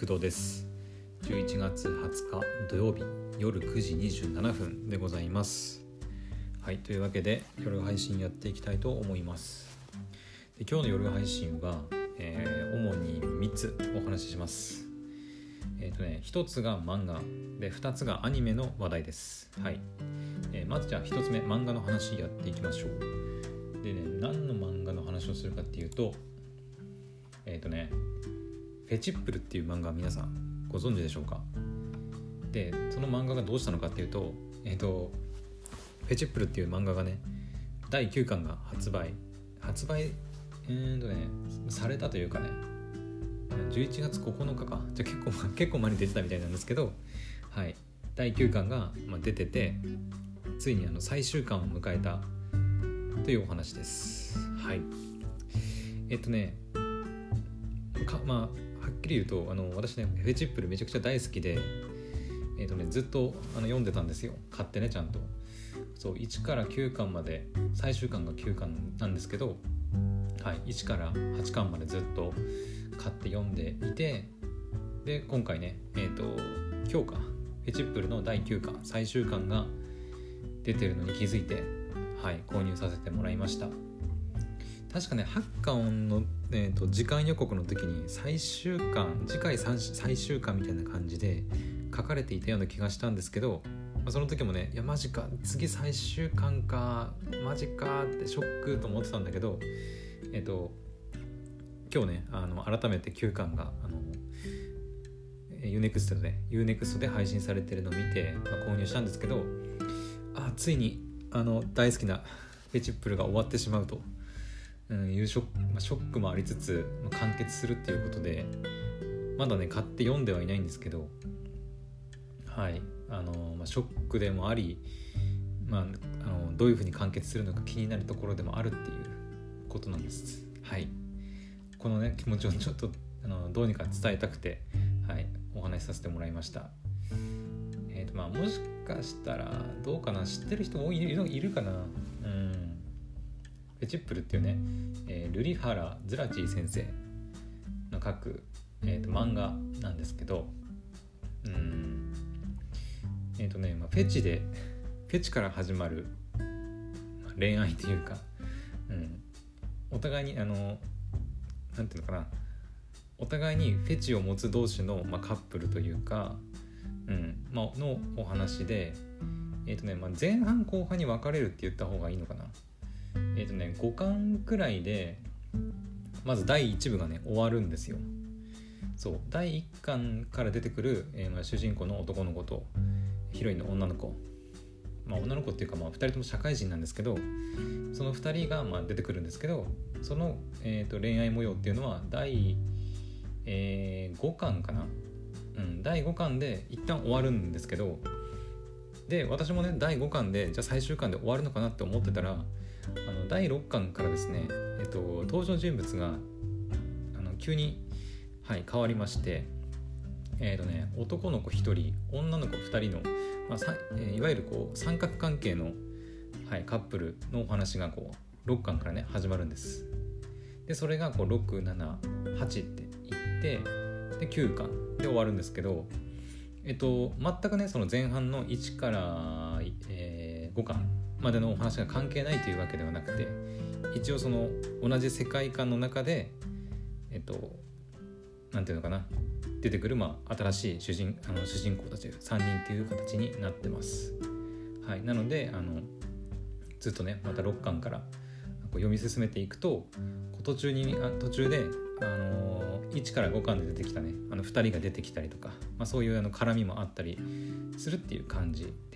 工藤です。11月20日土曜日夜9時27分でございます。はい、というわけで夜配信やっていきたいと思います。で今日の夜配信は、主に3つお話しします。1つが漫画で2つがアニメの話題です。はい、まずじゃあ1つ目漫画の話やっていきましょう。でね、何の漫画の話をするかっていうとフェチップルっていう漫画は皆さんご存知でしょうか。でその漫画がどうしたのかっていうと、フェチップルっていう漫画がね第9巻が発売されたというかね11月9日かじゃあ結構前に出てたみたいなんですけど、はい、第9巻が出ててついに最終巻を迎えたというお話です。はい、はっきり言うと私ねフェチップルめちゃくちゃ大好きでずっと読んでたんですよ。買ってねちゃんとそう1から9巻まで最終巻が9巻なんですけど、はい、1から8巻までずっと買って読んでいて、で今回ね今日かフェチップルの第9巻最終巻が出てるのに気づいて、はい、購入させてもらいました。確かね8巻の、時間予告の時に最終巻次回最終巻みたいな感じで書かれていたような気がしたんですけど、その時もねいやマジか次最終巻かマジかってショックと思ってたんだけど、今日ね改めて9巻がUNEXT で配信されてるのを見て、購入したんですけど、ついに大好きなフェチップルが終わってしまうというショックもありつつ完結するっていうことでまだね買って読んではいないんですけど、はいショックでもあり、どういうふうに完結するのか気になるところでもあるっていうことなんです。はい、このね気持ちをちょっとどうにか伝えたくて、はい、お話しさせてもらいました。もしかしたらどうかな、知ってる人もいるかな。フェチップルっていうね、ルリハラ・ズラチー先生の書く、漫画なんですけど、フェチから始まる恋愛というか、お互いになんていうのかな、お互いにフェチを持つ同士の、カップルというか、のお話で、前半後半に分かれるって言った方がいいのかな。5巻くらいでまず第1部がね終わるんですよ。そう第1巻から出てくる、主人公の男の子とヒロインの女の子、女の子っていうか2人とも社会人なんですけど、その2人が出てくるんですけど、その、恋愛模様っていうのは第、5巻かな、第5巻で一旦終わるんですけど、で私もね第5巻でじゃあ最終巻で終わるのかなって思ってたら第6巻からですね、登場人物が急に、変わりまして、男の子1人女の子2人の、いわゆる三角関係の、カップルのお話が6巻からね始まるんです。でそれが6、7、8っていってで9巻で終わるんですけど、全くねその前半の1から、5巻までのお話が関係ないというわけではなくて、一応その同じ世界観の中でなんていうのかな、出てくる新しい主人公たち3人っていう形になってます。はい、なのでずっとねまた6巻から読み進めていくと途中で1から5巻で出てきたね2人が出てきたりとか、そういう絡みもあったりするっていう感じです。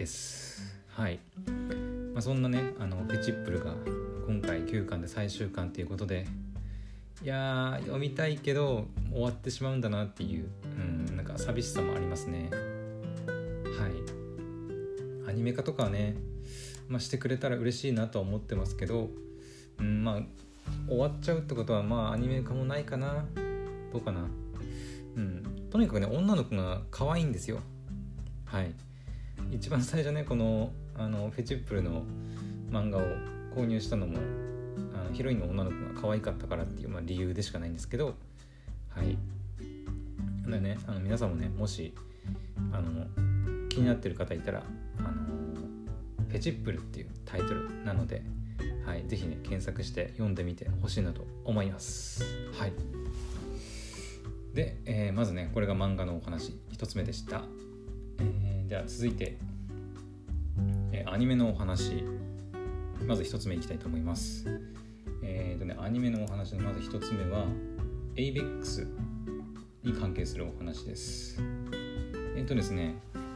はい、そんなねフェチップルが今回9巻で最終巻ということで、いや読みたいけど終わってしまうんだなっていう、なんか寂しさもありますね。はい、アニメ化とかはね、してくれたら嬉しいなとは思ってますけど、終わっちゃうってことはアニメ化もないかな、どうかな。とにかくね女の子が可愛いんですよ。はい、一番最初ねこのフェチップルの漫画を購入したのもヒロインの女の子が可愛かったからっていう、理由でしかないんですけど、はい、 でね、皆さんもね、もし気になってる方いたらフェチップルっていうタイトルなので、はい、ぜひね検索して読んでみてほしいなと思います。はい。で、まずねこれが漫画のお話一つ目でした。では続いて、アニメのお話、まず一つ目いきたいと思います。アニメのお話のまず一つ目は ABEX に関係するお話です。ですね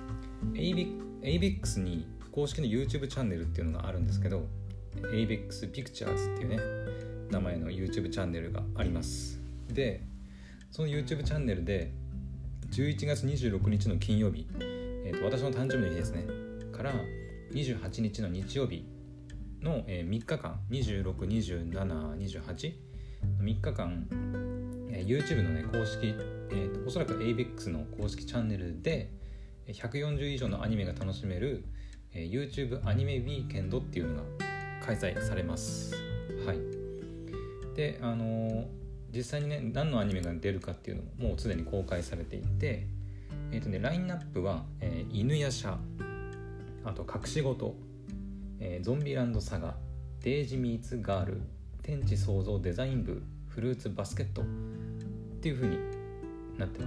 ABEX に公式の YouTube チャンネルっていうのがあるんですけど、 ABEX Pictures っていうね名前の YouTube チャンネルがあります。でその YouTube チャンネルで11月26日の金曜日、私の誕生日の日ですねから28日の日曜日の3日間、26、27、28 3日間、YouTube のね公式、おそらく ABEX の公式チャンネルで140以上のアニメが楽しめる、YouTube アニメウィーケンドっていうのが開催されます。はい。で実際にね何のアニメが出るかっていうのももうすでに公開されていて、ラインナップは、犬夜叉、あと隠し事、ゾンビランドサガ、デイジミーツガール、天地創造デザイン部、フルーツバスケットっていう風になってます。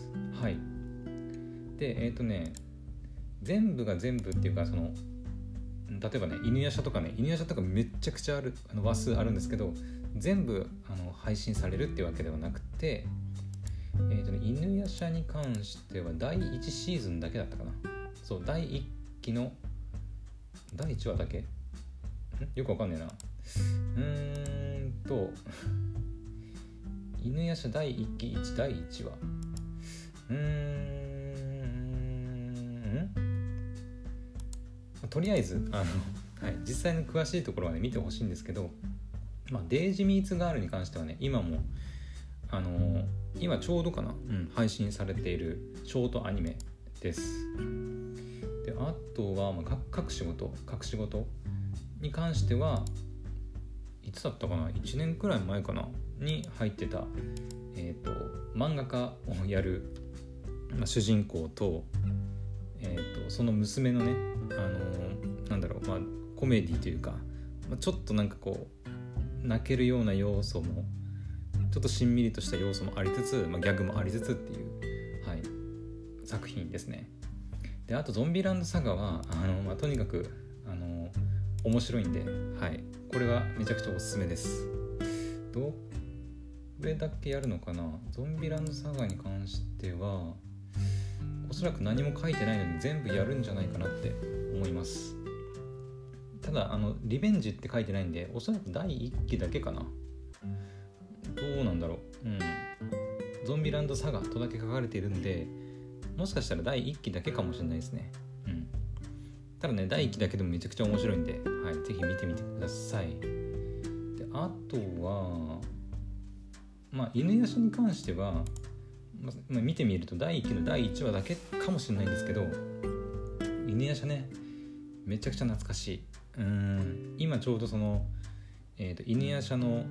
はい。で全部が全部っていうか、その例えばね犬夜叉とかめっちゃくちゃある話数あるんですけど、全部配信されるっていうわけではなくて、犬夜叉に関しては第1シーズンだけだったかな。そう、第1期の第1話だけよくわかんねえな。犬夜叉第1期第1話とりあえずはい、実際の詳しいところはね見てほしいんですけど、デイジミーツガールに関してはね今も今ちょうどかな、配信されているショートアニメです。であとは、隠し事に関してはいつだったかな、1年くらい前かなに入ってた、漫画家をやる、主人公と、その娘のね、コメディというか、ちょっとなんかこう泣けるような要素もちょっとしんみりとした要素もありつつ、ギャグもありつつっていう、はい、作品ですね。であとゾンビランドサガはとにかく面白いんで、はい、これはめちゃくちゃおすすめです。どれだけやるのかな。ゾンビランドサガに関してはおそらく何も書いてないのに全部やるんじゃないかなって思います。ただリベンジって書いてないんで、おそらく第1期だけかな。どうなんだろう。ゾンビランドサガとだけ書かれているんで、もしかしたら第1期だけかもしれないですね。ただね第1期だけでもめちゃくちゃ面白いんで、はい、ぜひ見てみてください。であとは犬夜叉に関しては、見てみると第1期の第1話だけかもしれないんですけど、犬夜叉ねめちゃくちゃ懐かしい。今ちょうどその、犬夜叉の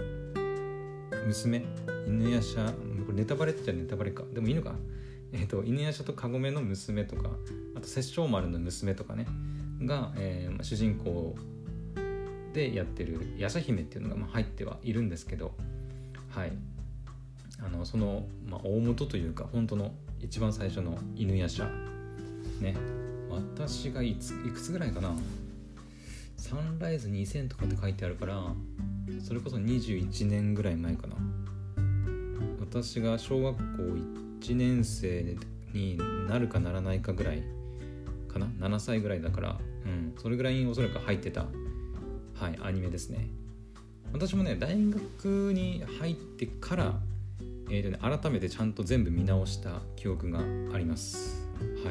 娘、犬夜叉、これネタバレって言っちゃネタバレか、でもいいのか、犬夜叉とカゴメの娘とか、あと殺生丸の娘とかねが、主人公でやってる夜叉姫っていうのが入ってはいるんですけど、はい、その、大元というか本当の一番最初の犬夜叉ね、私がいくつぐらいかな、サンライズ2000とかって書いてあるから、それこそ21年ぐらい前かな。私が小学校1年生になるかならないかぐらいかな、7歳ぐらいだから、それぐらいにおそらく入ってた、はい、アニメですね。私もね大学に入ってから改めてちゃんと全部見直した記憶があります。はい。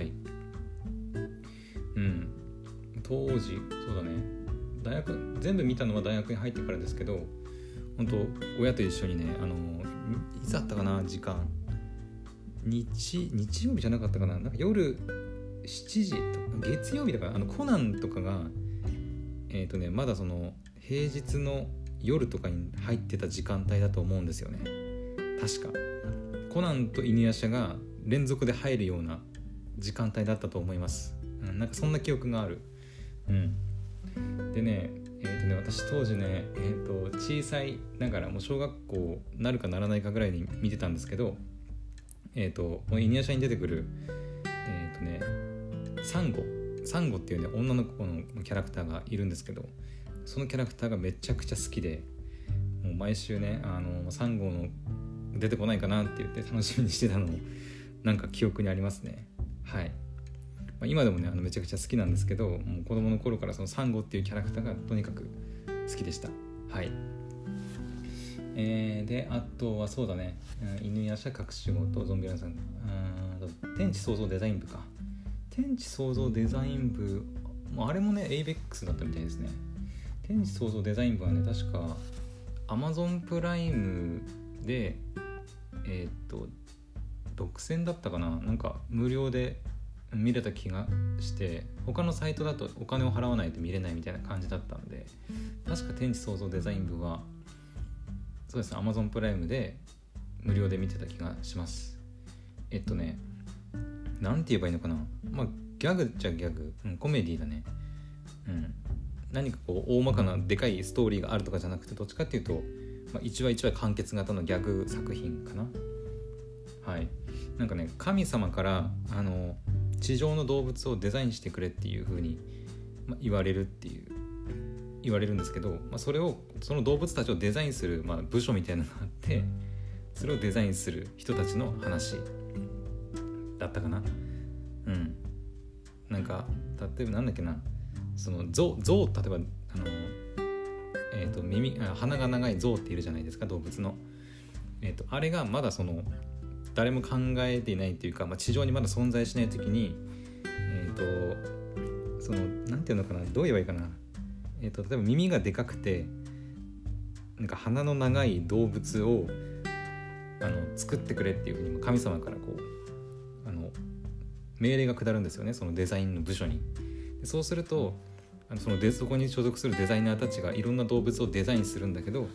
当時そうだね、大学全部見たのは大学に入ってからですけど、本当親と一緒にねいつだったかな、時間日曜日じゃなかったかな、なんか夜7時とか月曜日だから、コナンとかがまだその平日の夜とかに入ってた時間帯だと思うんですよね、確か。 コナンと犬夜叉が連続で入るような時間帯だったと思います、なんかそんな記憶がある。でね私当時ね、小さいながらもう小学校なるかならないかぐらいに見てたんですけど、もう犬夜叉に出てくるサンゴっていうね女の子のキャラクターがいるんですけど、そのキャラクターがめちゃくちゃ好きで、もう毎週ねサンゴの出てこないかなって言って楽しみにしてたのもなんか記憶にありますね。はい、今でもねめちゃくちゃ好きなんですけど、もう子供の頃からそのサンゴっていうキャラクターがとにかく好きでした。はい。であとはそうだね、犬夜叉隠し子とゾンビランさん、天地創造デザイン部か。天地創造デザイン部、あれもね ABEX だったみたいですね。天地創造デザイン部はね確か Amazon プライムで独占だったかな、なんか無料で見れた気がして、他のサイトだとお金を払わないと見れないみたいな感じだったんで、確か天地創造デザイン部はそうですね Amazon プライムで無料で見てた気がします。なんて言えばいいのかな、ギャグっちゃギャグ、コメディだね。何かこう大まかなでかいストーリーがあるとかじゃなくて、どっちかっていうと、一話一話完結型のギャグ作品かな。はい。なんかね神様から地上の動物をデザインしてくれっていう風に、言われるんですけど、その動物たちをデザインする、部署みたいなのがあって、それをデザインする人たちの話だったかな。なんか例えばなんだっけな、その象例えば鼻が長い象っているじゃないですか、動物の。あれがまだその誰も考えていないというか、地上にまだ存在しないときに、そのなんていうのかな、どう言えばいいかな、例えば耳がでかくてなんか鼻の長い動物を作ってくれっていうふうに神様からこう命令が下るんですよね、そのデザインの部署に。でそうするとそこに所属するデザイナーたちがいろんな動物をデザインするんだけど、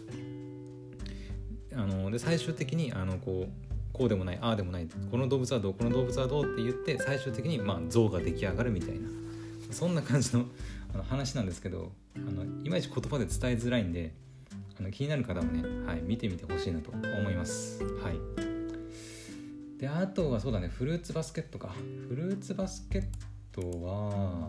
で最終的にこうでもないああでもない、この動物はどうこの動物はどうって言って最終的に像が出来上がるみたいな、そんな感じの話なんですけど、いまいち言葉で伝えづらいんで気になる方はね、見てみてほしいなと思います。はい。であとはそうだね、フルーツバスケットか。フルーツバスケットは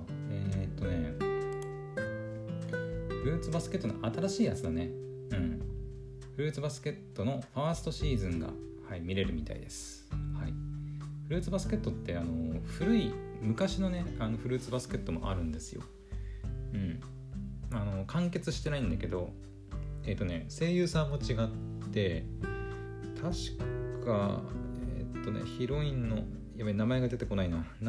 フルーツバスケットの新しいやつだね。フルーツバスケットのファーストシーズンが、見れるみたいです。フルーツバスケットって古い昔のねフルーツバスケットもあるんですよ。完結してないんだけど、声優さんも違って、確かヒロインのヒロインの名前が出てこない。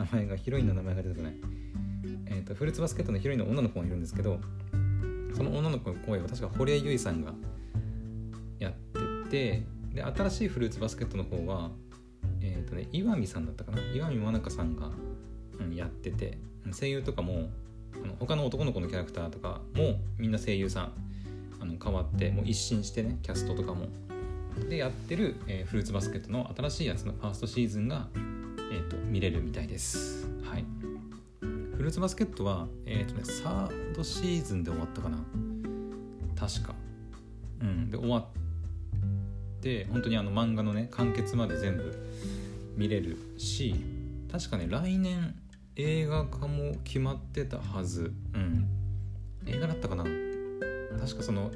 フルーツバスケットのヒロインの女の子がいるんですけど、その女の子の声は確か堀江由衣さんがやってて、で新しいフルーツバスケットの方は岩見さんだったかな、岩見真中さんが、やってて、声優とかも他の男の子のキャラクターとかもみんな声優さん変わって、もう一新してね、キャストとかもでやってる、フルーツバスケットの新しいやつのファーストシーズンが、見れるみたいです。はい。フルーツバスケットはサードシーズンで終わったかな、確か。で終わって本当に漫画のね完結まで全部見れるし、確かね来年映画化も決まってたはず。映画だったかな、確か。その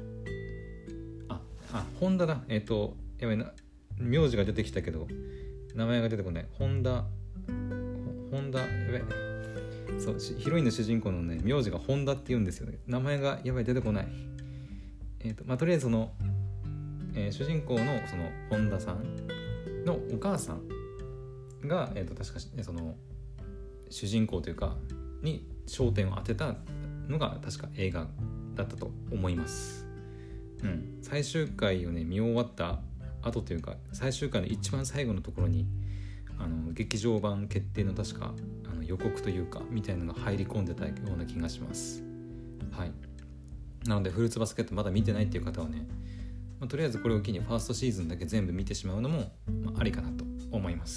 ホンダだ。やばいな、名字が出てきたけど名前が出てこない。ホンダやばい、そうヒロインの主人公のね名字がホンダって言うんですよね。名前がやばい出てこない。とりあえずその、主人公のその本田さんのお母さんが、確かその主人公というかに焦点を当てたのが確か映画だったと思います。最終回をね見終わった後というか、最終回の一番最後のところに劇場版決定の確か予告というかみたいなのが入り込んでたような気がします。はい。なのでフルーツバスケットまだ見てないっていう方はね、 とりあえずこれを機にファーストシーズンだけ全部見てしまうのも、ありかなと思います。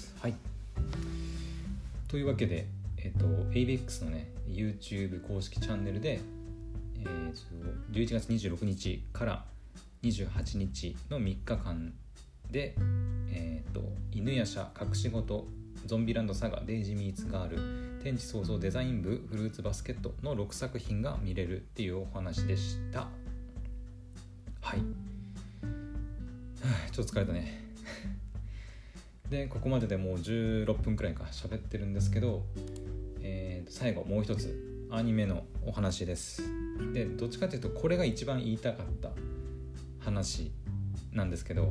はい。というわけで、ABEX のね YouTube 公式チャンネルで、11月26日から28日の3日間で、犬夜叉隠し事ゾンビランドサガデイジミーツガール天地創造デザイン部フルーツバスケットの6作品が見れるっていうお話でした。はい。ちょっと疲れたねでここまででもう16分くらいか喋ってるんですけど、最後もう一つアニメのお話です。でどっちかというとこれが一番言いたかった話なんですけど、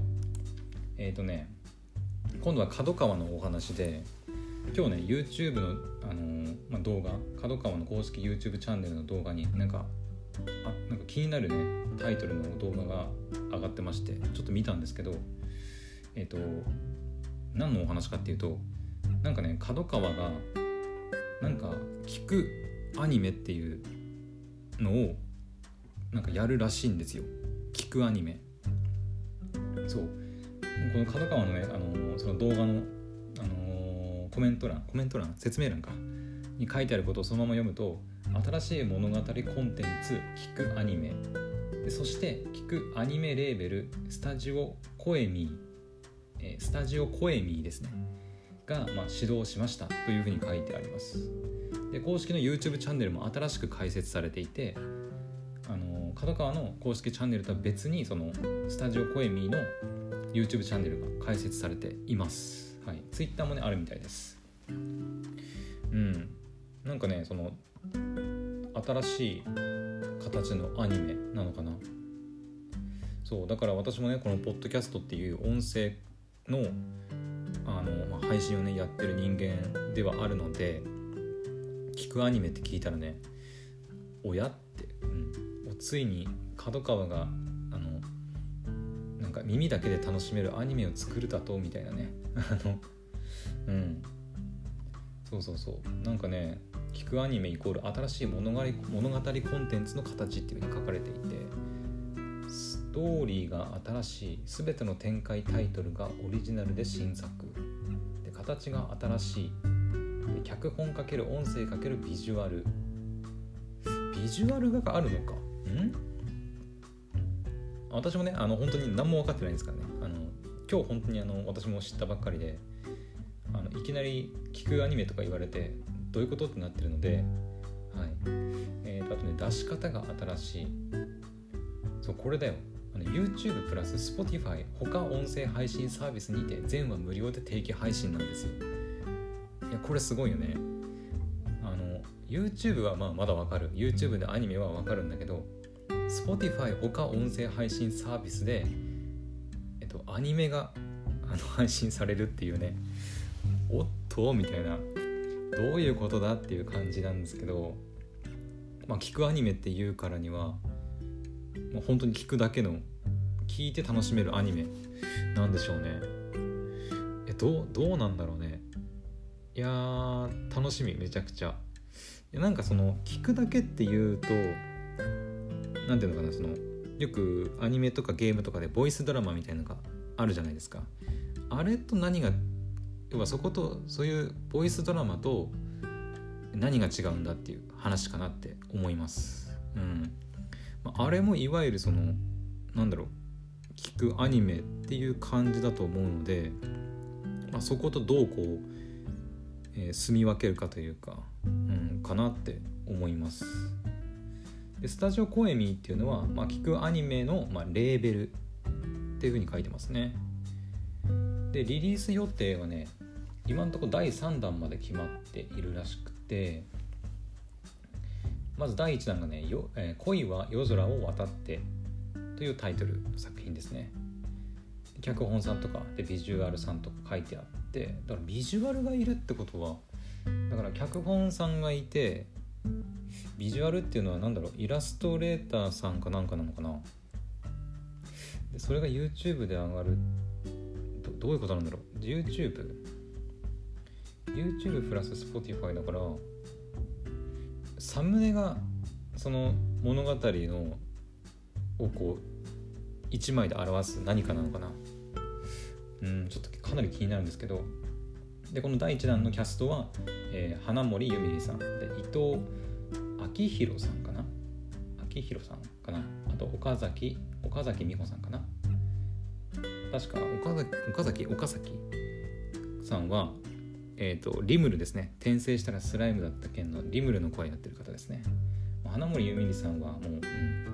今度は角川のお話で、今日ね YouTube の、動画、角川の公式 YouTube チャンネルの動画になんか気になるねタイトルの動画が上がってまして、ちょっと見たんですけど、何のお話かっていうと、なんかね角川がなんか聞くアニメっていうのをなんかやるらしいんですよ。聞くアニメ。そう、この角川のね、その動画の、コメント欄説明欄かに書いてあることをそのまま読むと、新しい物語コンテンツ聞くアニメで、そして聞くアニメレーベルスタジオコエミーですねが、始動しましたというふうに書いてあります。で公式の YouTube チャンネルも新しく開設されていて、角川の公式チャンネルとは別にそのスタジオコエミーの YouTube チャンネルが開設されています。はい、Twitter もねあるみたいです。なんかねその新しい形のアニメなのかな。そうだから私もねこのポッドキャストっていう音声の配信をねやってる人間ではあるので、聞くアニメって聞いたらね、おやって、ついに角川がなんか耳だけで楽しめるアニメを作るだとみたいなねそうなんかね、聞くアニメイコール新しい物語コンテンツの形っていう風に書かれていて、ストーリーが新しい、すべての展開タイトルがオリジナルで新作で、形が新しいで、脚本×音声×ビジュアルがあるのか。私もね本当に何も分かってないんですからね。今日本当に私も知ったばっかりで、いきなり聞くアニメとか言われてどういうことってなってるので、はい。あとね出し方が新しい。そうこれだよ。YouTube プラス Spotify 他音声配信サービスにて全話無料で定期配信なんですよ。いやこれすごいよね。YouTube はまだわかる。YouTube でアニメはわかるんだけど、Spotify 他音声配信サービスでアニメが配信されるっていうね、おっとみたいな、どういうことだっていう感じなんですけど、聞くアニメっていうからには本当に聞くだけの、聞いて楽しめるアニメなんでしょうね。どうなんだろうね。いやー楽しみ、めちゃくちゃ。なんかその聞くだけっていうと、なんていうのかな、そのよくアニメとかゲームとかでボイスドラマみたいなのがあるじゃないですか。あれと何が、要はそことそういうボイスドラマと何が違うんだっていう話かなって思います。あれもいわゆるそのなんだろう、聞くアニメっていう感じだと思うので、そことどう住み分けるかというか、かなって思います。でスタジオコエミーっていうのは、聞くアニメの、レーベルっていう風に書いてますね。でリリース予定はね、今のところ第3弾まで決まっているらしくて、まず第1弾がね、恋は夜空を渡ってというタイトルの作品ですね。脚本さんとかでビジュアルさんとか書いてあって、だからビジュアルがいるってことは、だから脚本さんがいて、ビジュアルっていうのは何だろう、イラストレーターさんかなんかなのかな。でそれが YouTube で上がる、どういうことなんだろう。 YouTube プラス Spotify だから、サムネがその物語のを 1枚で表す何かなのかな。ちょっとかなり気になるんですけど、でこの第1弾のキャストは、花森ゆみりさんで、伊藤明宏さんかな、あと岡崎美穂さんかな、確か岡崎さんはリムルですね。転生したらスライムだった件のリムルの声やってる方ですね。花森ゆみりさんはもう、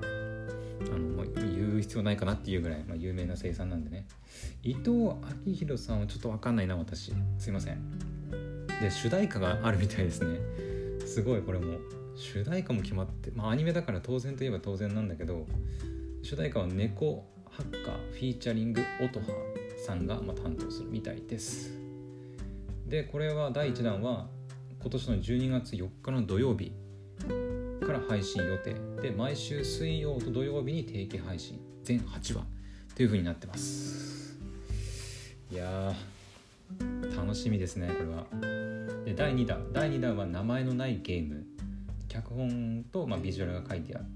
言う必要ないかなっていうぐらい、有名な声優さんなんでね。伊藤明宏さんはちょっと分かんないな、私すいません。で主題歌があるみたいですね。すごい、これも主題歌も決まって、アニメだから当然といえば当然なんだけど、主題歌は猫ハッカーフィーチャリング音羽さんが担当するみたいです。でこれは第1弾は今年の12月4日の土曜日から配信予定で、毎週水曜と土曜日に定期配信全8話という風になってます。いやー楽しみですね、これは。で第2弾は名前のないゲーム、脚本と、ビジュアルが書いてあって、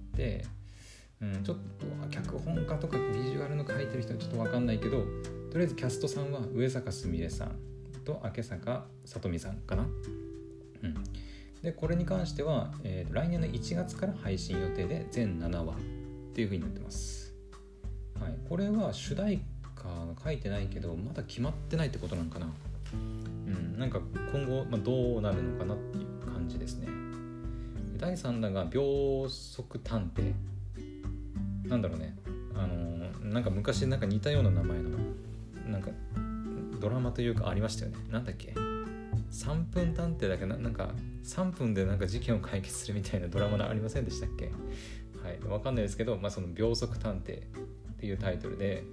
ちょっと脚本家とかビジュアルの書いてる人はちょっと分かんないけど、とりあえずキャストさんは上坂すみれさんと明坂さとみさんかな。でこれに関しては、来年の1月から配信予定で全7話っていう風になってます。はい、これは主題歌が書いてないけどまだ決まってないってことなんかな。なんか今後、どうなるのかなっていう感じですね。第3弾が秒速探偵、なんだろうね、なんか昔なんか似たような名前のなんかドラマというかありましたよね。なんだっけ、3分探偵だけなんか3分でなんか事件を解決するみたいなドラマありませんでしたっけ。はい、わかんないですけど、その秒速探偵っていうタイトルで、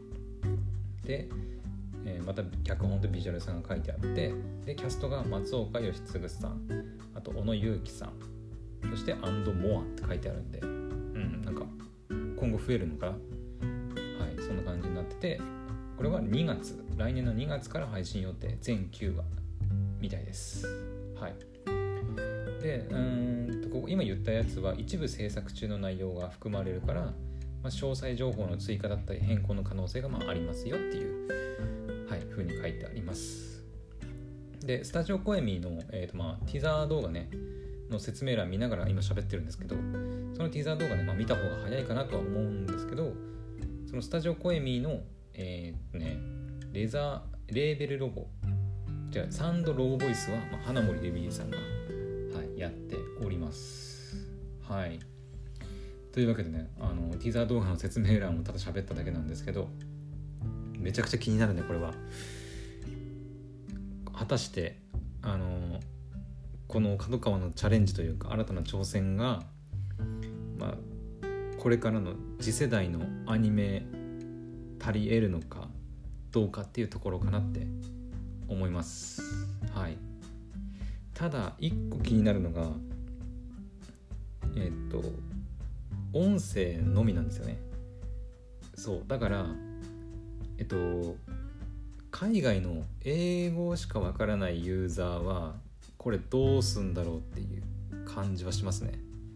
また脚本とビジュアルさんが書いてあって、でキャストが松岡義嗣さん、あと小野友樹さん、そしてアンドモアって書いてあるんで、なんか今後増えるのかな。はい、そんな感じになってて、これは来年の2月から配信予定全9話みたいです。はい。で今言ったやつは一部制作中の内容が含まれるから、詳細情報の追加だったり変更の可能性がありますよっていう、風に書いてあります。でスタジオコエミの、ティザー動画ねの説明欄見ながら今喋ってるんですけど、そのティザー動画ね、見た方が早いかなとは思うんですけど、そのスタジオコエミのレーベルロゴ、サンドロゴボイスは、花森ゆみりさんが、やっております。はい。というわけでね、ティザー動画の説明欄をただ喋っただけなんですけど、めちゃくちゃ気になるね、これは。果たしてこの角川のチャレンジというか新たな挑戦が、これからの次世代のアニメ足り得るのかどうかっていうところかなって思います。はい。ただ一個気になるのが音声のみなんですよね。そうだから海外の英語しかわからないユーザーはこれどうすんだろうっていう感じはしますね。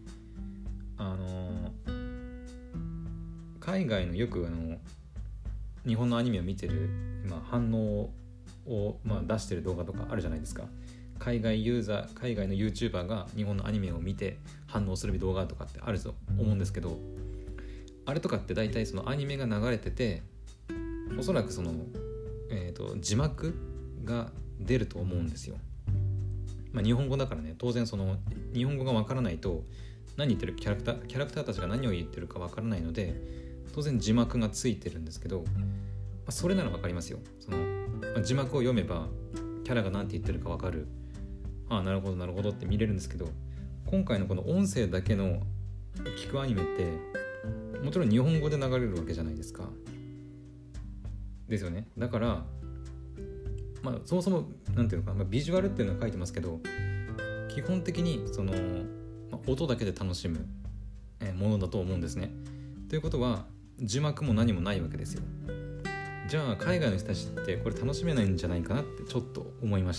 海外のよく日本のアニメを見てる反応を出してる動画とかあるじゃないですか。海外の YouTuber が日本のアニメを見て反応する動画とかってあると思うんですけど、あれとかって大体そのアニメが流れてて、おそらくその、字幕が出ると思うんですよ。日本語だからね、当然その日本語がわからないと何言ってるキャラクターたちが何を言ってるかわからないので、当然字幕がついてるんですけど、それならわかりますよ。その、字幕を読めばキャラが何て言ってるかわかる、なるほどって見れるんですけど、今回のこの音声だけの聞くアニメってもちろん日本語で流れるわけじゃないですか。ですよね。だからそもそもなんていうのかな、ビジュアルっていうのは書いてますけど、基本的にその、音だけで楽しむものだと思うんですね。ということは字幕も何もないわけですよ。じゃあ海外の人たちってこれ楽しめないんじゃないかなってちょっと思いました。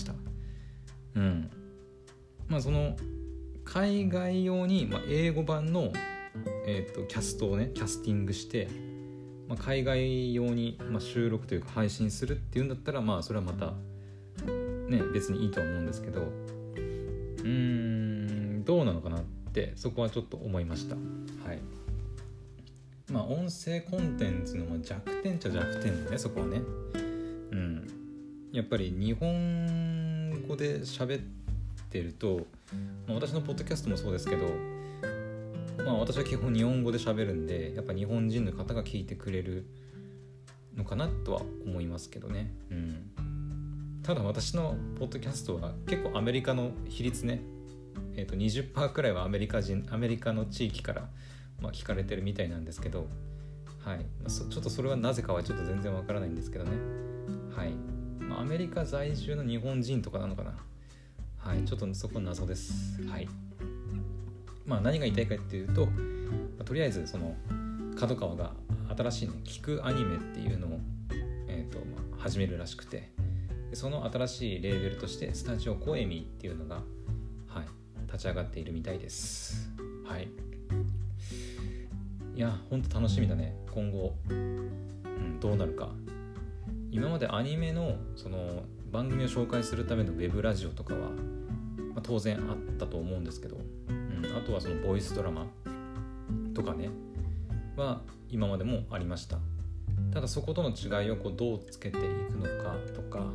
その海外用に、英語版の、キャストをねキャスティングして、 海外用に、収録というか配信するっていうんだったらそれはまたね別にいいとは思うんですけど、どうなのかなってそこはちょっと思いました。はい。音声コンテンツの弱点っちゃ弱点だね、そこはね。やっぱり日本語で喋ってると、私のポッドキャストもそうですけど、私は基本日本語で喋るんで、やっぱ日本人の方が聞いてくれるのかなとは思いますけどね。ただ私のポッドキャストは結構アメリカの比率ね、20% くらいはアメリカの地域から聞かれてるみたいなんですけど、はい、ちょっとそれはなぜかはちょっと全然わからないんですけどね。はい。アメリカ在住の日本人とかなのかな。はい、ちょっとそこ謎です。はい。何が言いたいかっていうと、とりあえずその角川が新しいね聞くアニメっていうのを始めるらしくて、その新しいレーベルとしてスタジオコエミっていうのが、立ち上がっているみたいです。はい。いやほんと楽しみだね、今後、どうなるか。今までアニメのその番組を紹介するためのウェブラジオとかは、当然あったと思うんですけど、あとはそのボイスドラマとかねは今までもありました。ただそことの違いをどうつけていくのかとか、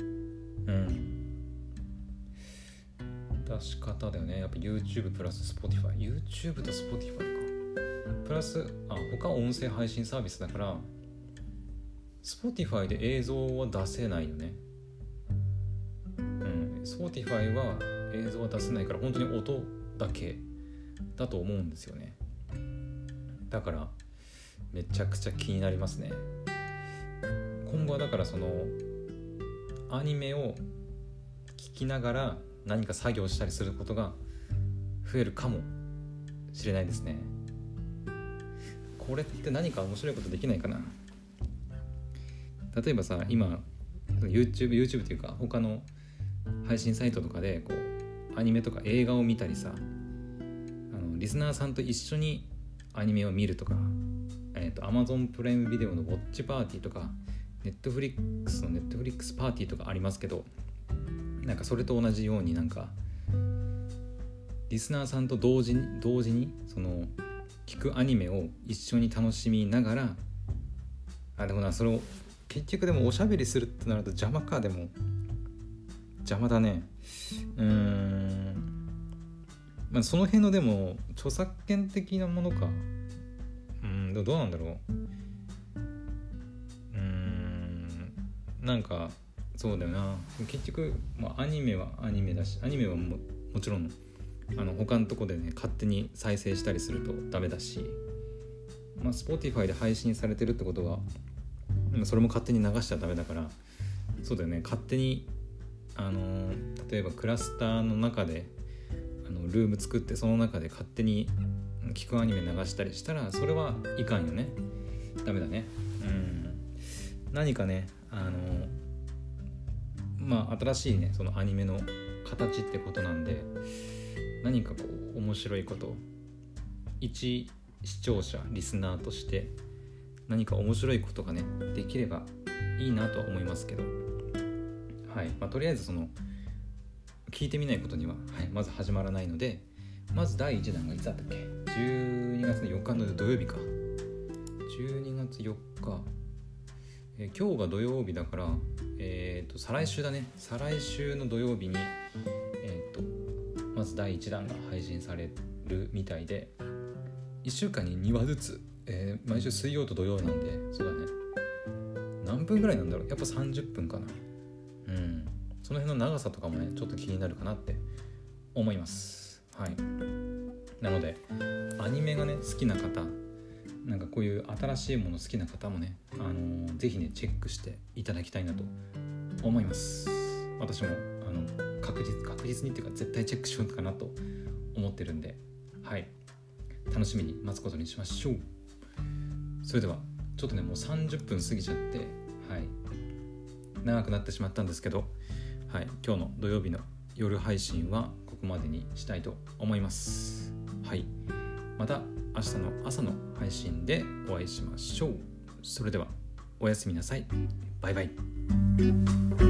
出し方だよね。やっぱ YouTube プラス Spotify、YouTube と Spotify かプラス他は音声配信サービスだから Spotify で映像は出せないよね。Spotify は映像は出せないから本当に音だけだと思うんですよね。だからめちゃくちゃ気になりますね。今後はだからそのアニメを聞きながら何か作業したりすることが増えるかもしれないですね。これって何か面白いことできないかな。例えばさ、今 YouTube というか他の配信サイトとかでアニメとか映画を見たりさ、リスナーさんと一緒にアニメを見るとか、Amazon プライムビデオのウォッチパーティーとか Netflix の Netflix パーティーとかありますけど、なんかそれと同じようになんかリスナーさんと同時にその聞くアニメを一緒に楽しみながら、でもな、それを結局でもおしゃべりするってなると邪魔か。でも邪魔だね。その辺のでも著作権的なものか。どうなんだろう。なんかそうだよな。結局、アニメはアニメだし、アニメは もちろん他のとこでね勝手に再生したりするとダメだし、Spotify で配信されてるってことはそれも勝手に流しちゃダメだから、そうだよね。勝手に例えばクラスターの中でルーム作ってその中で勝手に聞くアニメ流したりしたらそれはいかんよね。ダメだね。何かね新しいねそのアニメの形ってことなんで、何か面白いこと、一視聴者リスナーとして何か面白いことがねできればいいなとは思いますけど、はい。とりあえずその聞いてみないことには、まず始まらないので、まず第1弾がいつだったっけ。12月の4日の土曜日か。12月4日、今日が土曜日だから、再来週だね。再来週の土曜日に、まず第1弾が配信されるみたいで、1週間に2話ずつ、毎週水曜と土曜なんで、そうだね。何分ぐらいなんだろう。やっぱ30分かな。その辺の長さとかもねちょっと気になるかなって思います。はい。なのでアニメがね好きな方、なんかこういう新しいもの好きな方もね、ぜひねチェックしていただきたいなと思います。私も確実にっていうか絶対チェックしようかなと思ってるんで、はい。楽しみに待つことにしましょう。それではちょっとねもう30分過ぎちゃって、はい、長くなってしまったんですけど、はい、今日の土曜日の夜配信はここまでにしたいと思います。はい、また明日の朝の配信でお会いしましょう。 それではおやすみなさい。バイバイ。